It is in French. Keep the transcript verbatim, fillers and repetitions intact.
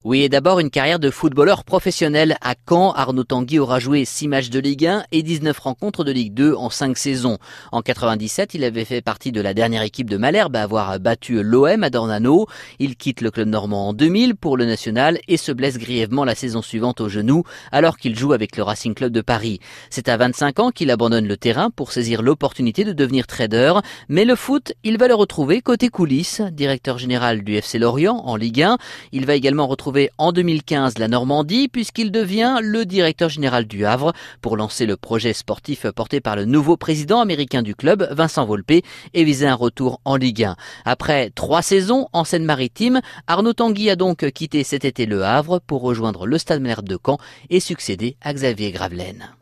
Oui, et d'abord une carrière de footballeur professionnel. À Caen, Arnaud Tanguy aura joué six matchs de Ligue un et dix-neuf rencontres de Ligue deux en cinq saisons. En quatre-vingt-dix-sept, il avait fait partie de la dernière équipe de Malherbe à avoir battu l'O M à Dornano. Il quitte le club normand en deux mille pour le national et se blesse grièvement la saison suivante au genou alors qu'il joue avec le Racing Club de Paris. C'est à vingt-cinq ans qu'il abandonne le terrain pour saisir l'opportunité de devenir trader. Mais le foot, il va le retrouver côté coulisses. Directeur général du F C Lorient en Ligue un, il va également retrouver en deux mille quinze la Normandie puisqu'il devient le directeur général du Havre pour lancer le projet sportif porté par le nouveau président américain du club, Vincent Volpe, et viser un retour en Ligue un. Après trois saisons en Seine-Maritime, Arnaud Tanguy a donc quitté cet été le Havre pour rejoindre le Stade Malherbe de Caen et succéder à Xavier Gravelaine.